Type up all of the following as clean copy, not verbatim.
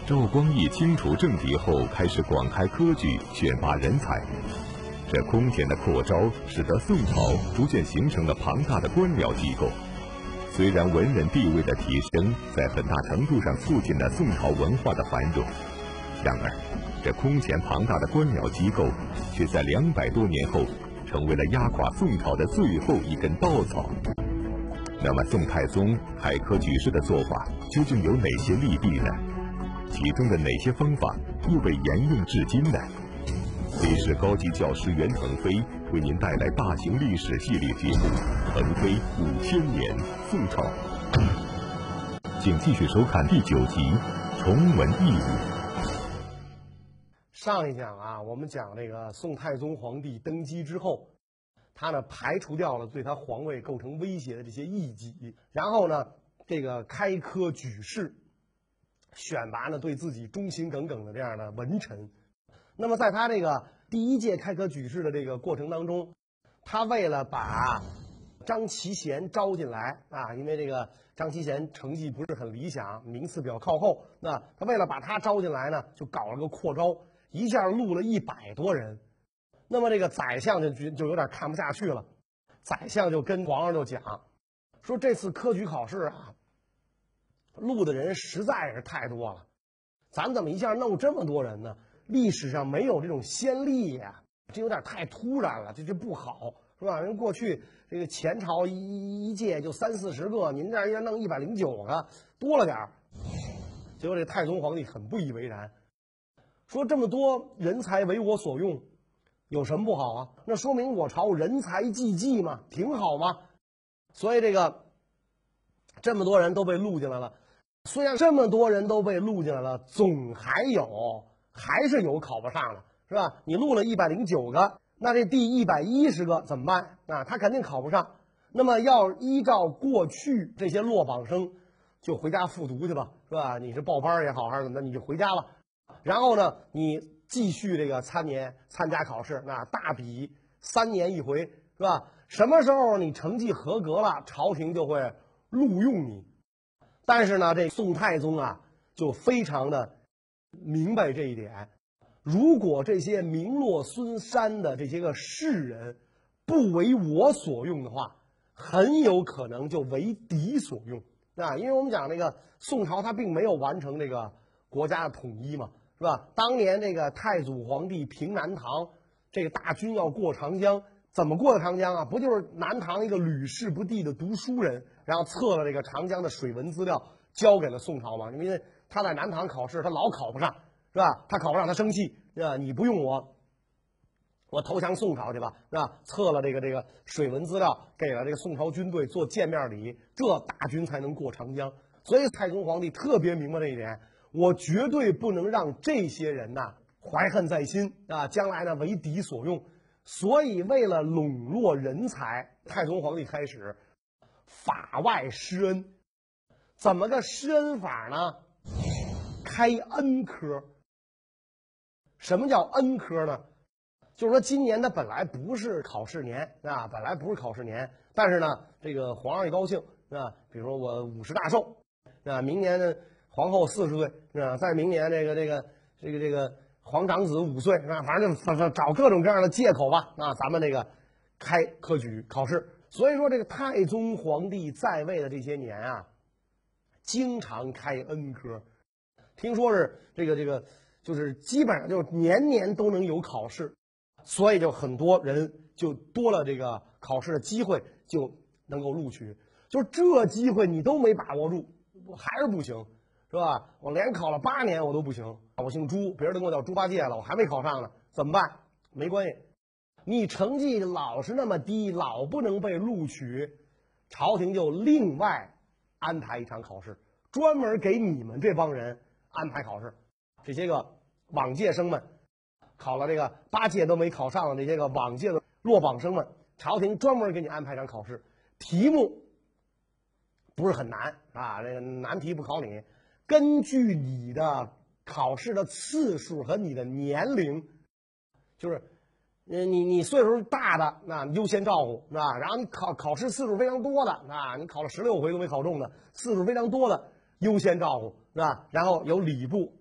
赵光义清除政敌后，开始广开科举，选拔人才。这空前的扩招，使得宋朝逐渐形成了庞大的官僚机构。虽然文人地位的提升，在很大程度上促进了宋朝文化的繁荣，然而，这空前庞大的官僚机构，却在200多年后，成为了压垮宋朝的最后一根稻草。那么，宋太宗开科举试的做法究竟有哪些利弊呢？其中的哪些方法又被沿用至今呢？历史高级教师袁腾飞为您带来大型历史系列节目《腾飞5000年宋朝》，请继续收看第9集《重文异物》。 上一讲啊，我们讲这个宋太宗皇帝登基之后，他呢排除掉了对他皇位构成威胁的这些异己，然后呢，这个开科举试，选拔呢对自己忠心耿耿的这样的文臣。那么在他这个第1届开科举试的这个过程当中，他为了把张其贤招进来啊，因为这个张其贤成绩不是很理想，名次比较靠后，那他为了把他招进来呢，就搞了个扩招，一下录了100多人。那么这个宰相就有点看不下去了，宰相就跟皇上就讲说，这次科举考试啊，录的人实在是太多了，咱怎么一下弄这么多人呢？历史上没有这种先例呀，这有点太突然了，这不好，是吧？人过去这个前朝一届就30-40个，您这要弄109个，多了点儿。结果这太宗皇帝很不以为然，说这么多人才为我所用，有什么不好啊？那说明我朝人才济济嘛，挺好嘛。所以这么多人都被录进来了，虽然这么多人都被录进来了，总还是有考不上的，是吧？你录了109个，那这第110个怎么办啊？他肯定考不上。那么要依照过去这些落榜生，就回家复读去吧，是吧？你是报班也好还是怎么的，你就回家了。然后呢，你继续这个参加考试，那大比3年1回，是吧？什么时候你成绩合格了，朝廷就会录用你。但是呢，这宋太宗啊，就非常的明白这一点，如果这些名落孙山的这些个士人不为我所用的话，很有可能就为敌所用啊！因为我们讲这个宋朝，它并没有完成这个国家的统一嘛，是吧？当年这个太祖皇帝平南唐，这个大军要过长江，怎么过的长江啊？不就是南唐一个屡试不第的读书人，然后测了这个长江的水文资料，交给了宋朝嘛？因为他在南唐考试，他老考不上，是吧？他考不上，他生气，是吧？你不用我投降宋朝去吧，是吧？测了这个水文资料，给了这个宋朝军队做见面礼，这大军才能过长江。所以太宗皇帝特别明白这一点，我绝对不能让这些人呐怀恨在心啊，将来呢为敌所用。所以为了笼络人才，太宗皇帝开始法外施恩。怎么个施恩法呢？开恩科。什么叫恩科呢？就是说今年它本来不是考试年啊，但是呢，这个皇上一高兴啊，比如说我50大寿啊，明年呢皇后40岁啊，再明年这个皇长子5岁啊，反正就找各种各样的借口吧啊，咱们这个开科举考试。所以说这个太宗皇帝在位的这些年啊，经常开恩科，听说是这个就是基本上就年年都能有考试，所以就很多人就多了这个考试的机会，就能够录取。就是这机会你都没把握住，还是不行，是吧？我连考了8年我都不行，我姓朱，别人都跟我叫猪八戒了，我还没考上呢，怎么办？没关系，你成绩老是那么低，老不能被录取，朝廷就另外安排一场考试，专门给你们这帮人安排考试。这些个往届生们，考了这个8届都没考上的这些个往届的落榜生们，朝廷专门给你安排场考试，题目不是很难啊，这个难题不考你，根据你的考试的次数和你的年龄，就是你岁数大的那优先照顾，是吧？然后你考试次数非常多的啊，你考了16回都没考中的，次数非常多的优先照顾，是吧？然后有礼部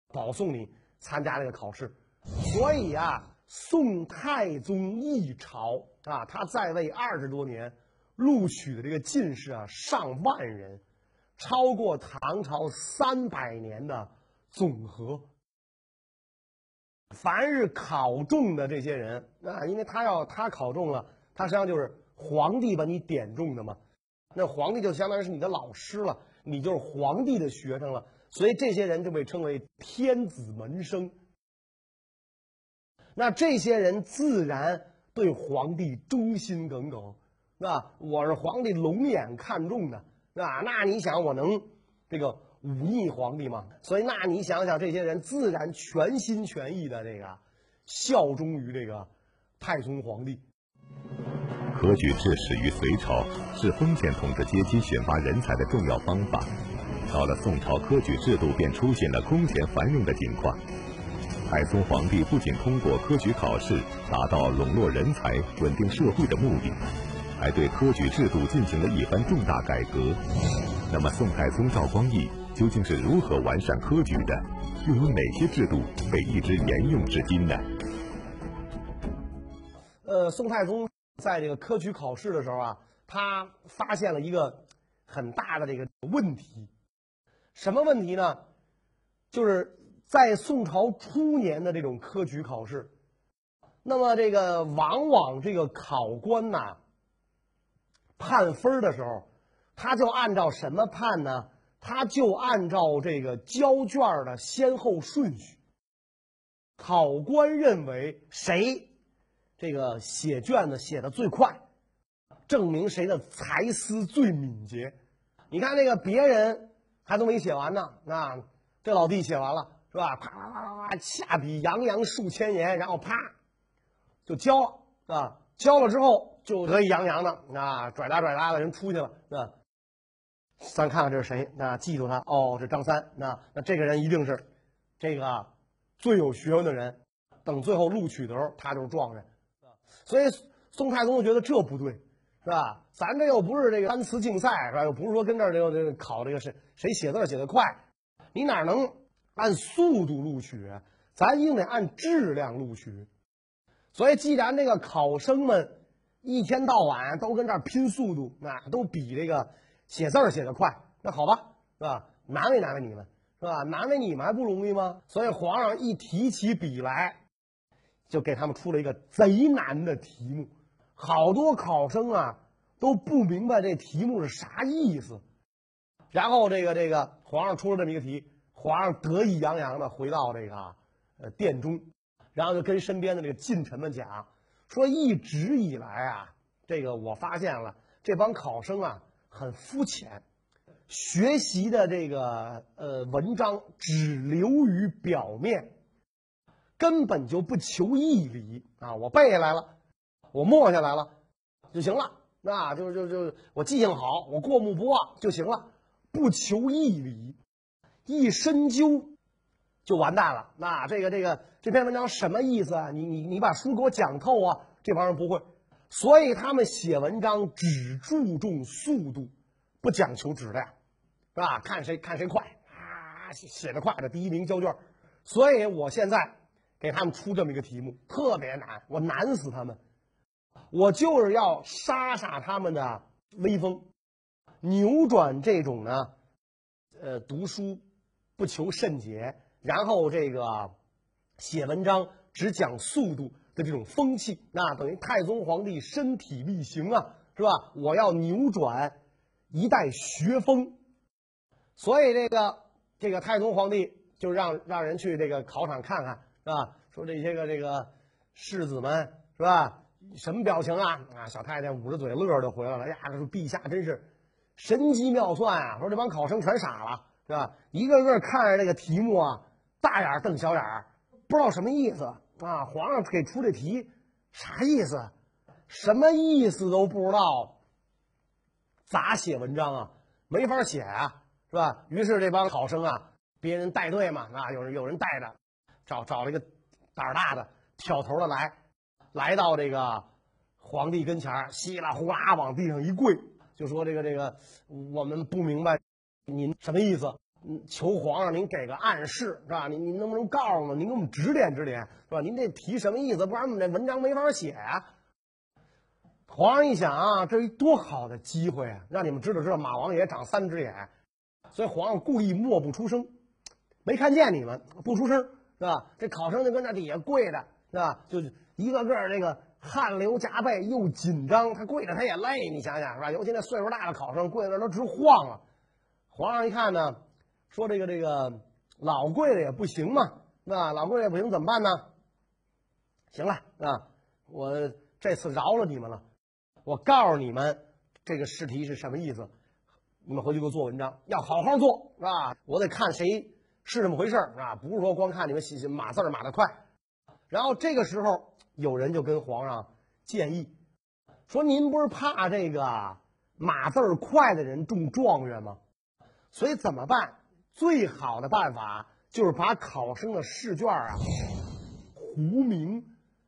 保送你参加这个考试。所以啊，宋太宗一朝啊，他在位20多年，录取的这个进士啊上万人，超过唐朝300年的总和。凡是考中的这些人啊，因为他考中了，他实际上就是皇帝把你点中的嘛。那皇帝就相当于是你的老师了，你就是皇帝的学生了，所以这些人就被称为天子门生。那这些人自然对皇帝忠心耿耿，那我是皇帝龙眼看中的，那你想我能这个忤逆皇帝吗？所以那你想想，这些人自然全心全意的这个效忠于这个太宗皇帝。 科举制始于隋朝，是封建统治阶级选拔人才的重要方法。到了宋朝，科举制度便出现了空前繁荣的情况。太宗皇帝不仅通过科举考试达到笼络人才、稳定社会的目的，还对科举制度进行了一番重大改革。那么，宋太宗赵光义究竟是如何完善科举的？又有哪些制度被一直沿用至今呢？ 宋太宗在这个科举考试的时候啊，他发现了一个很大的这个问题。什么问题呢？就是在宋朝初年的这种科举考试，那么这个往往这个考官呐判分的时候，他就按照什么判呢？他就按照这个交卷的先后顺序。考官认为谁这个写卷子写得最快，证明谁的才思最敏捷。你看那个别人还都没写完呢，那这老弟写完了是吧？啪啪啪啪啪，下笔洋洋数千言，然后啪就交了啊！交了之后就得意洋洋的啊，拽哒拽哒的人出去了啊。咱看看这是谁？那记住他哦，这张三。那这个人一定是这个最有学问的人。等最后录取的时候，他就是状元。所以宋太宗觉得这不对，是吧？咱这又不是这个单词竞赛，是吧？又不是说跟这儿这个考这个谁写字写得快，你哪能按速度录取？咱应得按质量录取。所以既然这个考生们一天到晚都跟这儿拼速度，都比这个写字写得快，那好吧，是吧？难为难为你们，是吧？难为你们还不容易吗？所以皇上一提起笔来，就给他们出了一个贼难的题目。好多考生啊都不明白这题目是啥意思。然后这个皇上出了这么一个题，皇上得意洋洋的回到这个殿中，然后就跟身边的这个近臣们讲说，一直以来啊，这个我发现了这帮考生啊很肤浅，学习的这个文章只流于表面，根本就不求义理啊！我背下来了，我默下来了就行了，那就我记性好，我过目不忘就行了，不求义理，一深究就完蛋了。那这篇文章什么意思啊？你把书给我讲透啊！这帮人不会，所以他们写文章只注重速度，不讲求质量，是吧？看谁快啊，写得快的第一名交卷。所以我现在给他们出这么一个题目，特别难，我难死他们。我就是要杀他们的威风，扭转这种呢，读书不求甚解，然后这个写文章只讲速度的这种风气。那等于太宗皇帝身体力行啊，是吧？我要扭转一代学风。所以这个太宗皇帝就让人去这个考场看看，是吧？说这些这个士子们，是吧？什么表情啊？小太监捂着嘴乐就回来了。呀，说陛下真是神机妙算啊！说这帮考生全傻了，是吧？一个个看着这个题目啊，大眼瞪小眼，不知道什么意思啊！皇上给出这题啥意思？什么意思都不知道，咋写文章啊？没法写啊，是吧？于是这帮考生啊，别人带队嘛，有人带着，找了一个胆儿大的挑头的来到这个皇帝跟前，稀啦呼啦往地上一跪，就说这个我们不明白您什么意思求皇上您给个暗示，是吧？您能不能告诉我们？您给我们指点指点，是吧？您这题什么意思？不然我们这文章没法写啊。皇上一想啊，这是多好的机会啊，让你们知道马王爷长3只眼，所以皇上故意默不出声，没看见你们，不出声，是吧？这考生就跟那底下跪着，是吧？就是一个个这个汗流浃背，又紧张，他跪着他也累，你想想是吧？尤其那岁数大的考生跪在那都直晃了。皇上一看呢，说这个老跪着也不行嘛，是吧？老跪着也不行怎么办呢？行了啊，我这次饶了你们了。我告诉你们，这个试题是什么意思？你们回去给我做文章，要好好做，是吧？我得看谁是这么回事，是吧？不是说光看你们码字码得快。然后这个时候，有人就跟皇上建议说：“您不是怕这个码字快的人中状元吗？所以怎么办？最好的办法就是把考生的试卷啊糊名。”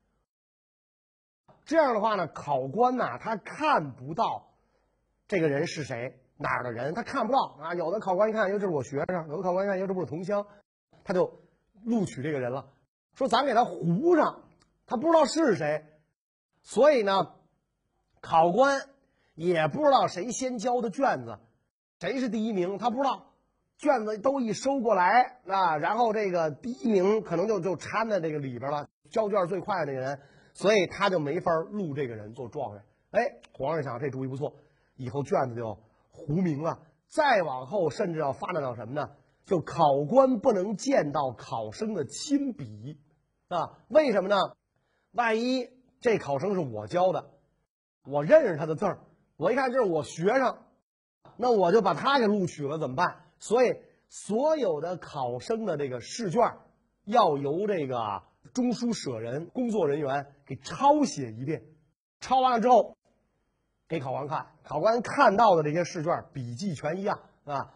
这样的话呢，考官呢他看不到这个人是谁，哪儿的人他看不到啊。有的考官一看，因为这是我学生；有的考官一看，因为这不是同乡，他就录取这个人了。说咱给他糊上，他不知道是谁，所以呢，考官也不知道谁先交的卷子，谁是第一名，他不知道。卷子都一收过来啊，然后这个第一名可能就掺在这个里边了，交卷最快的那个人。所以他就没法录这个人做状元。哎，皇上想这主意不错，以后卷子就糊名了。再往后，甚至要发展到什么呢？就考官不能见到考生的亲笔啊？为什么呢？万一这考生是我教的，我认识他的字儿，我一看这是我学生，那我就把他给录取了，怎么办？所以所有的考生的这个试卷要由这个中书舍人工作人员给抄写一遍，抄完了之后给考官看，考官看到的这些试卷笔记全一样啊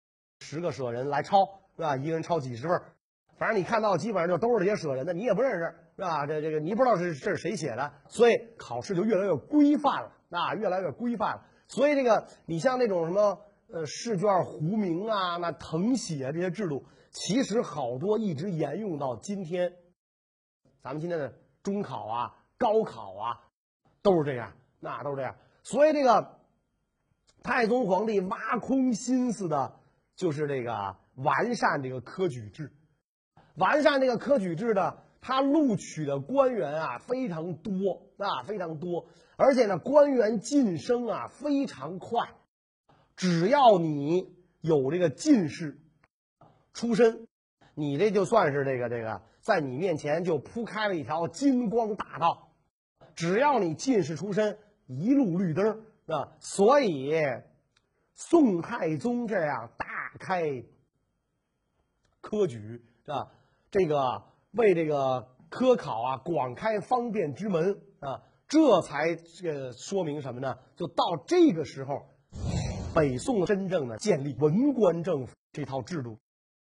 ，10个舍人来抄是吧？一个人抄几十份，反正你看到基本上就都是这些舍人的，你也不认识是吧？这个你不知道这是谁写的，所以考试就越来越规范了啊，越来越规范了。所以这个你像那种什么试卷糊名啊，那誊写这些制度，其实好多一直沿用到今天。咱们今天的中考啊、高考啊，都是这样，那都是这样。所以这个太宗皇帝挖空心思的，就是这个完善这个科举制。完善这个科举制呢，他录取的官员啊非常多啊，非常多，而且呢，官员晋升啊非常快。只要你有这个进士出身，你这就算是这个，在你面前就铺开了一条金光大道。只要你进士出身，一路绿灯啊！所以宋太宗这样大开科举啊，这个为这个科考啊广开方便之门啊，这才说明什么呢？就到这个时候，北宋真正的建立文官政府这套制度。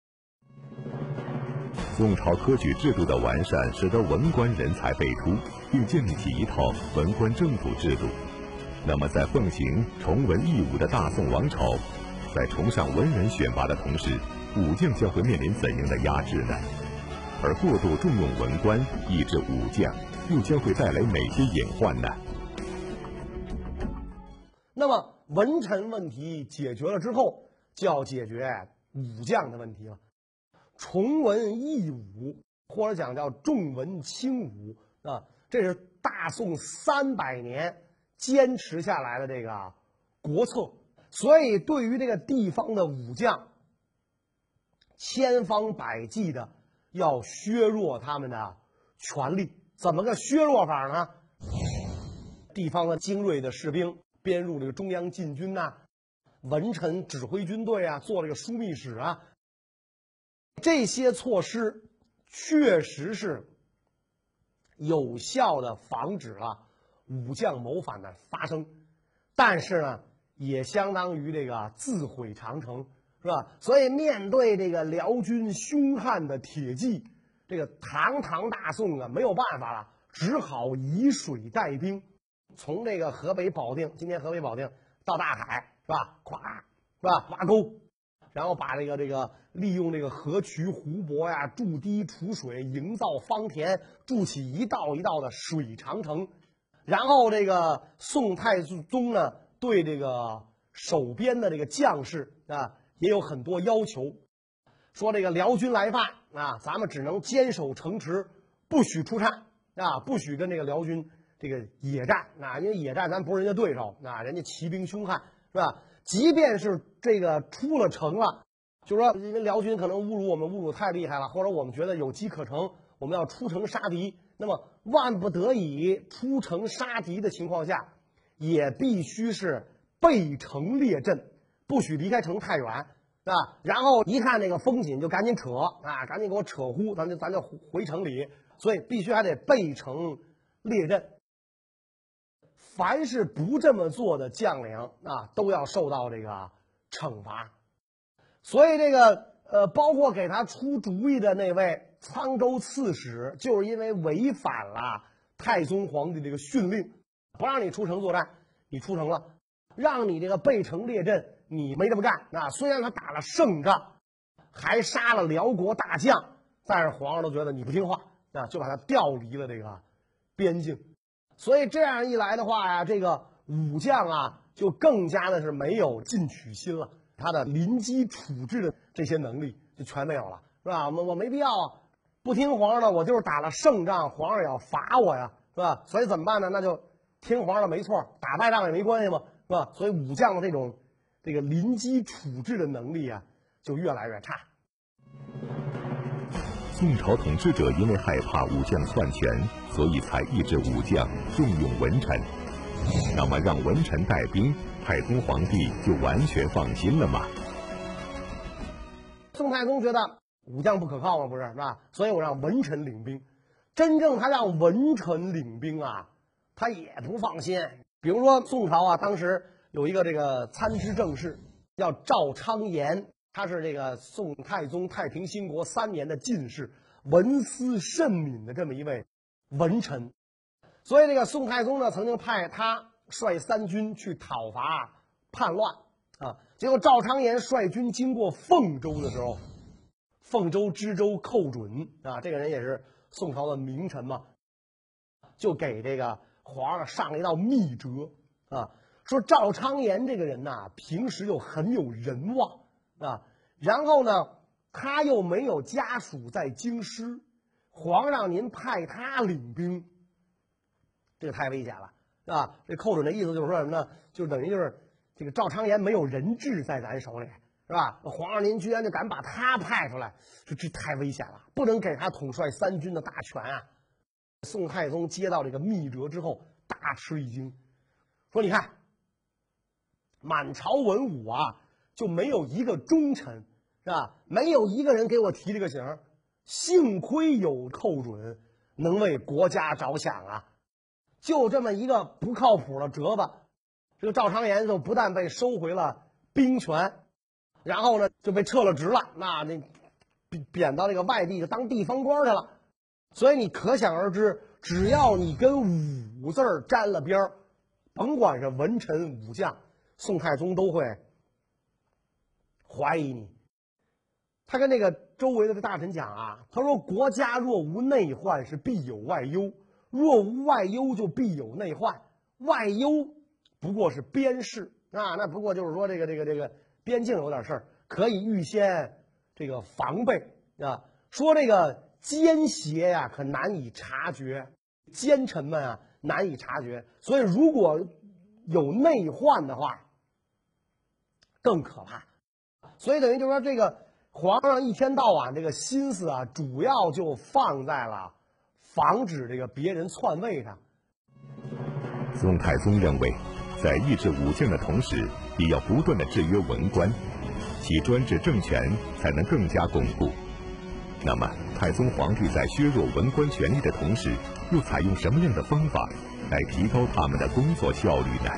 宋朝科举制度的完善，使得文官人才辈出，并建立起一套文官政府制度。那么，在奉行崇文抑武的大宋王朝，在崇尚文人选拔的同时，武将将会面临怎样的压制呢？而过度重用文官，抑制武将，又将会带来哪些隐患呢？ 那么，文臣问题解决了之后，就要解决武将的问题了。崇文抑武，或者讲叫重文轻武啊，这是大宋300年坚持下来的这个国策。所以，对于这个地方的武将，千方百计的要削弱他们的权力。怎么个削弱法呢？地方的精锐的士兵编入这个中央禁军呐，文臣指挥军队啊，做这个枢密使啊。这些措施确实是有效的防止了武将谋反的发生，但是呢，也相当于这个自毁长城，是吧？所以面对这个辽军凶悍的铁骑，这个堂堂大宋啊没有办法了，只好以水带兵，从这个河北保定，今天河北保定到大海，是吧？咵，是吧？挖沟。 然后把这个利用这个河渠湖泊呀，筑堤储水，营造方田，筑起一道一道的水长城。然后这个宋太宗呢，对这个守边的这个将士啊，也有很多要求，说这个辽军来犯啊，咱们只能坚守城池，不许出战啊，不许跟这个辽军这个野战啊，因为野战咱不是人家对手啊，人家骑兵凶悍，是吧？即便是这个出了城了，就是说因为辽军可能侮辱我们侮辱太厉害了，或者我们觉得有机可乘，我们要出城杀敌，那么万不得已出城杀敌的情况下，也必须是背城列阵，不许离开城太远啊。然后一看这个风景就赶紧扯啊，赶紧给我扯呼，咱就回城里，所以必须还得背城列阵。凡是不这么做的将领啊，都要受到这个惩罚。所以这个包括给他出主意的那位沧州刺史，就是因为违反了太宗皇帝这个训令，不让你出城作战，你出城了，让你这个背城列阵，你没这么干啊。虽然他打了胜仗，还杀了辽国大将，但是皇上都觉得你不听话啊，就把他调离了这个边境。所以这样一来的话呀，这个武将啊就更加的是没有进取心了，他的临机处置的这些能力就全没有了，是吧？我没必要啊，不听皇上的，我就是打了胜仗，皇上也要罚我呀，是吧？所以怎么办呢？那就听皇上的没错，打败仗也没关系嘛，是吧？所以武将的这个临机处置的能力啊，就越来越差。 宋朝统治者因为害怕武将篡权，所以才抑制武将，重用文臣。那么让文臣带兵，太宗皇帝就完全放心了吗？ 宋太宗觉得武将不可靠嘛，不是，是吧？所以我让文臣领兵。真正他让文臣领兵啊，他也不放心。比如说宋朝啊，当时有一个这个参知政事叫赵昌言，他是这个宋太宗太平兴国3年的进士，文思甚敏的这么一位文臣。所以这个宋太宗呢，曾经派他率3军去讨伐叛乱啊。结果赵昌言率军经过凤州的时候，凤州知州寇准啊，这个人也是宋朝的名臣嘛，就给这个皇上上了一道密折啊，说赵昌言这个人呐，平时又很有人望啊，然后呢，他又没有家属在京师，皇上您派他领兵，这个太危险了啊！这寇准的意思就是说什么呢？就等于就是这个赵昌言没有人质在咱手里，是吧？皇上您居然就敢把他派出来，这太危险了，不能给他统帅3军的大权啊！宋太宗接到这个密折之后，大吃一惊，说：“你看，满朝文武啊，就没有一个忠臣，是吧？没有一个人给我提这个醒，幸亏有寇准能为国家着想啊！就这么一个不靠谱的折子，这个赵昌言就不但被收回了兵权，然后呢就被撤了职了，那贬到这个外地当地方官去了。所以你可想而知，只要你跟武字沾了边儿，甭管是文臣武将，宋太宗都会怀疑你。他跟那个周围的大臣讲啊，他说国家若无内患，是必有外忧；若无外忧，就必有内患。外忧不过是边事啊，那不过就是说这个边境有点事儿，可以预先这个防备啊。说这个奸邪呀，可难以察觉，奸臣们啊难以察觉，所以如果有内患的话，更可怕。所以等于就是说，这个皇上一天到晚这个心思啊，主要就放在了防止这个别人篡位上。 宋太宗认为，在抑制武将的同时，也要不断的制约文官，其专制政权才能更加巩固。那么，太宗皇帝在削弱文官权力的同时，又采用什么样的方法来提高他们的工作效率呢？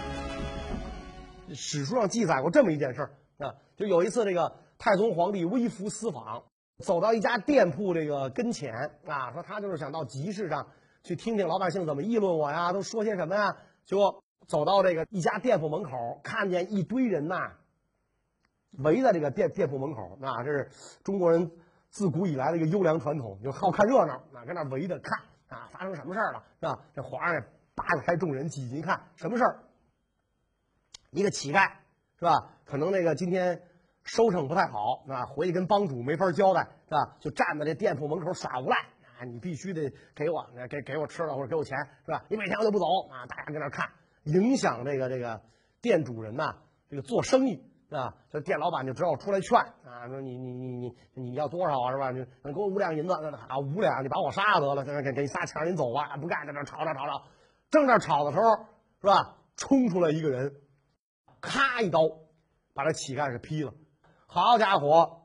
史书上记载过这么一件事儿啊，就有一次这个太宗皇帝微服私访，走到一家店铺这个跟前啊，说他就是想到集市上去听听老百姓怎么议论我呀，都说些什么呀。结果走到这个一家店铺门口，看见一堆人呐， 围在这个店铺门口，这是中国人自古以来的一个优良传统，就好看热闹，跟那围着看发生什么事儿了，是吧？这皇上也扒开众人挤进看，什么事儿？一个乞丐，是吧？可能那个今天收成不太好，回去跟帮主没法交代，是吧？就站在这店铺门口耍无赖你必须得给我吃的或者给我钱，是吧？你每天我就不走大家跟那看，影响这个店主人这个做生意。这店老板就只好出来劝说你要多少是吧？你给我5两银子，5两你把我杀了得了，给你撒钱您走吧，不干在那吵。正在吵的时候是吧？冲出来一个人，咔一刀把这乞丐给劈了。好家伙，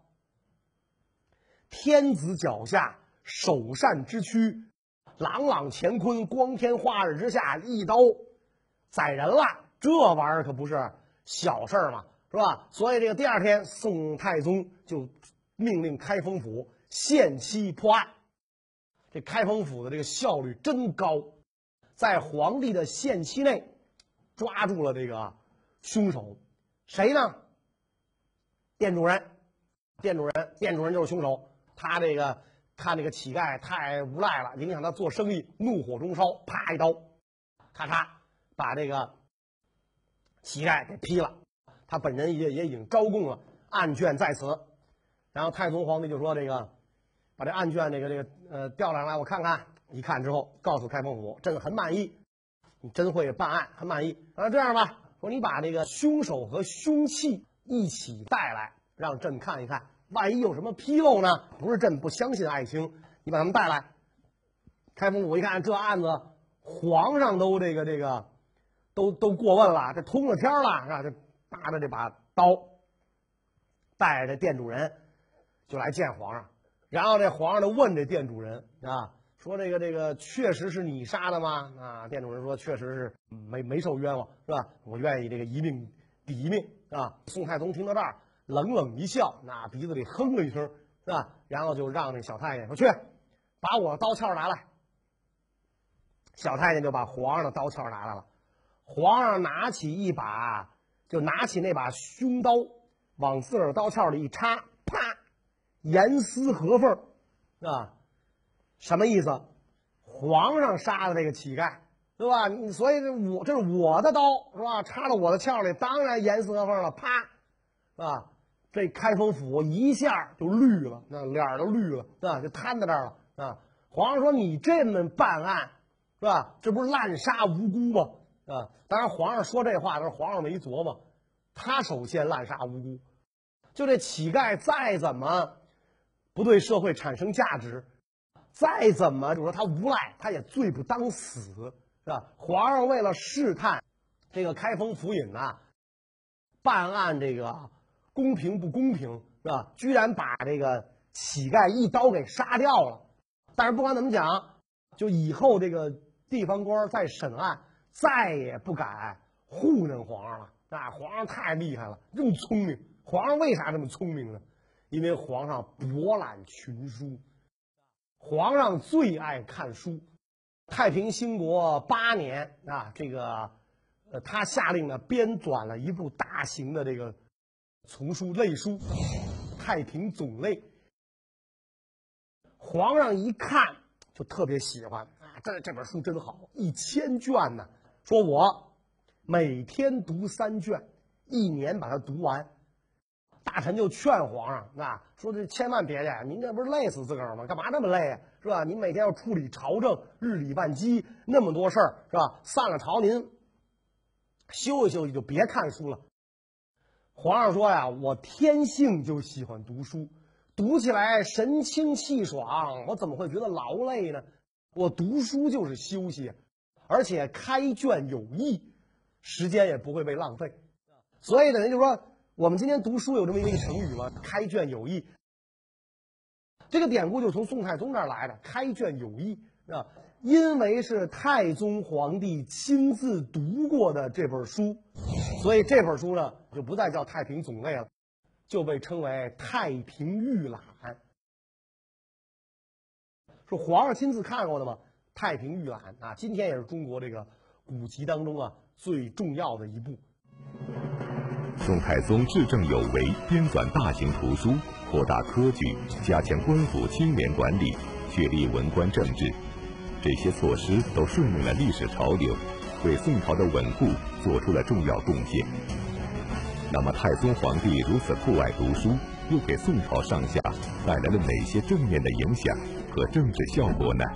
天子脚下首善之躯，朗朗乾坤，光天化日之下一刀宰人了，这玩意儿可不是小事嘛。是吧？所以这个第二天，宋太宗就命令开封府限期破案。这开封府的这个效率真高，在皇帝的限期内抓住了这个凶手。谁呢？店主人就是凶手。他这个看这个乞丐太无赖了，影响他做生意，怒火中烧，啪一刀，咔嚓把这个乞丐给劈了。他本人也已经招供了，案卷在此。然后太宗皇帝就说：“这个把这案卷调上来，我看看。”一看之后，告诉开封府：“朕很满意，你真会办案，很满意。这样吧，说你把这个凶手和凶器一起带来，让朕看一看，万一有什么纰漏呢？不是朕不相信爱卿，你把他们带来。”开封府一看这案子，皇上都都过问了，这通了天了，是吧？这拿着这把刀，带着这店主人就来见皇上。然后这皇上就问这店主人说这个确实是你杀的吗？店主人说确实是没受冤枉，是吧？我愿意这个一命抵一命宋太宗听到这儿冷冷一笑，鼻子里哼了一声，是吧？然后就让那小太监说去把我刀鞘拿来。小太监就把皇上的刀鞘拿来了。皇上拿起那把凶刀，往自个儿刀鞘里一插，啪，严丝合缝，什么意思？皇上杀的这个乞丐，对吧？所以这是我的刀，是吧？插到我的鞘里，当然严丝合缝了，啪，这开封府一下就绿了，脸都绿了，就瘫在这儿了皇上说：“你这么办案，是吧？这不是滥杀无辜吗？”当然，皇上说这话的时候，皇上没琢磨，他首先滥杀无辜。就这乞丐再怎么不对社会产生价值，再怎么就是说他无赖，他也罪不当死，是吧？皇上为了试探这个开封府尹办案这个公平不公平，是吧？居然把这个乞丐一刀给杀掉了。但是不管怎么讲，就以后这个地方官在审案，再也不敢糊弄皇上了皇上太厉害了，这么聪明。皇上为啥这么聪明呢？因为皇上博览群书，皇上最爱看书。太平兴国8年他下令编纂了一部大型的这个丛书类书《太平总类》。皇上一看就特别喜欢这本书真好，1000卷呢。说我每天读3卷，1年把它读完。大臣就劝皇上说这千万别的，您这不是累死自个儿吗？干嘛那么累是吧？您每天要处理朝政，日理万机，那么多事儿是吧？散了朝您休息休息，就别看书了。皇上说我天性就喜欢读书，读起来神清气爽，我怎么会觉得劳累呢？我读书就是休息，而且开卷有益，时间也不会被浪费。所以呢，人就说我们今天读书有这么一个成语嘛，开卷有益。这个典故就从宋太宗那儿来的，开卷有益因为是太宗皇帝亲自读过的这本书，所以这本书呢就不再叫《太平总类》了，就被称为《太平御览》。是皇上亲自看过的吗？《太平御览》今天也是中国这个古籍当中最重要的一部。 宋太宗治政有为，编纂大型图书，扩大科举，加强官府清廉管理，确立文官政治。这些措施都顺应了历史潮流，为宋朝的稳固做出了重要贡献。那么，太宗皇帝如此酷爱读书，又给宋朝上下带来了哪些正面的影响和政治效果呢？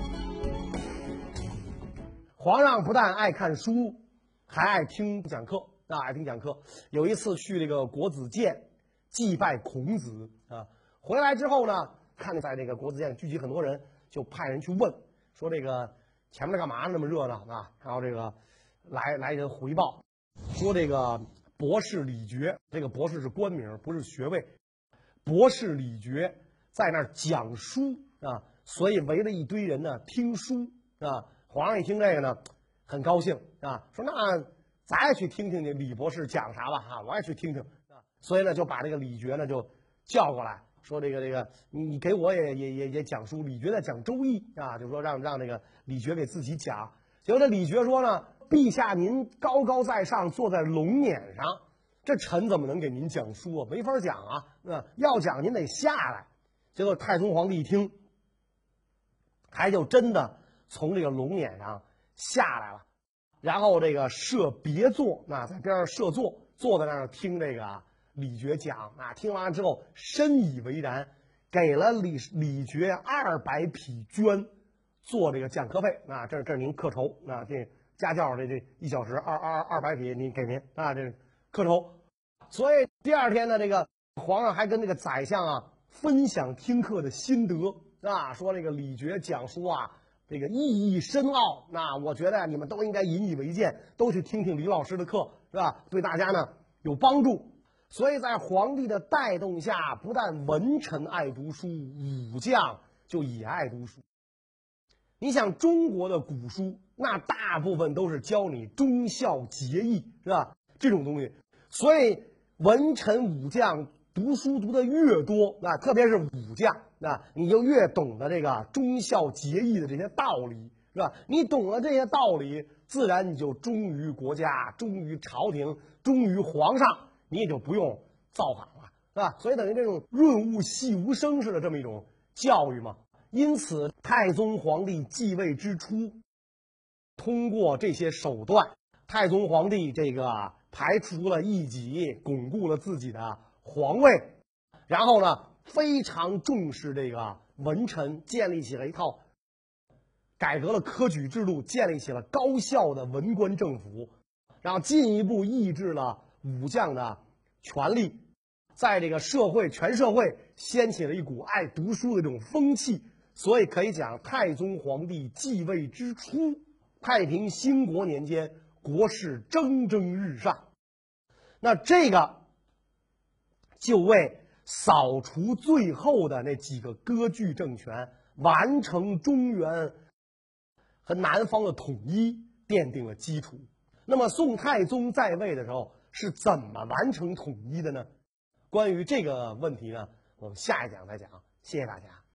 皇上不但爱看书，还爱听讲课爱听讲课。有一次去这个国子监祭拜孔子回来之后呢，看见在这个国子监聚集很多人，就派人去问，说这个前面干嘛那么热闹然后这个来人回报，说这个博士李傕，这个博士是官名，不是学位，博士李傕在那儿讲书所以围了一堆人呢听书皇上一听这个呢，很高兴说那咱也去听听这李博士讲啥吧我也去听听所以呢就把这个李傕呢就叫过来，说这个你给我也讲书。李傕在讲《周易》就是说让这个李傕给自己讲。结果这李傕说呢，陛下您高高在上，坐在龙辇上，这臣怎么能给您讲书没法讲要讲您得下来。结果太宗皇帝一听，还就真的从这个龙辇上下来了，然后这个设别座在边上设座，坐在那儿听这个李傕讲听完了之后深以为然，给了李傕200匹绢做这个讲课费这是您课酬这家教这1小时200匹你给您这课酬。所以第二天呢，这个皇上还跟这个宰相分享听课的心得说这个李傕讲书这个意义深奥我觉得你们都应该引以为戒，都去听听李老师的课是吧？对大家呢有帮助。所以在皇帝的带动下，不但文臣爱读书，武将就也爱读书。你想中国的古书，那大部分都是教你忠孝节义是吧？这种东西，所以文臣武将读书读得越多特别是武将你就越懂得这个忠孝节义的这些道理是吧？你懂了这些道理，自然你就忠于国家，忠于朝廷，忠于皇上，你也就不用造反了是吧？所以等于这种润物细无声式的这么一种教育嘛。因此太宗皇帝继位之初，通过这些手段，太宗皇帝这个排除了异己，巩固了自己的皇位，然后呢非常重视这个文臣，建立起了一套改革了科举制度，建立起了高效的文官政府，然后进一步抑制了武将的权力，在这个全社会掀起了一股爱读书的这种风气。所以可以讲，太宗皇帝继位之初，太平兴国年间，国势蒸蒸日上。那这个就为扫除最后的那几个割据政权，完成中原和南方的统一奠定了基础。那么宋太宗在位的时候是怎么完成统一的呢？关于这个问题呢，我们下一讲再讲。谢谢大家。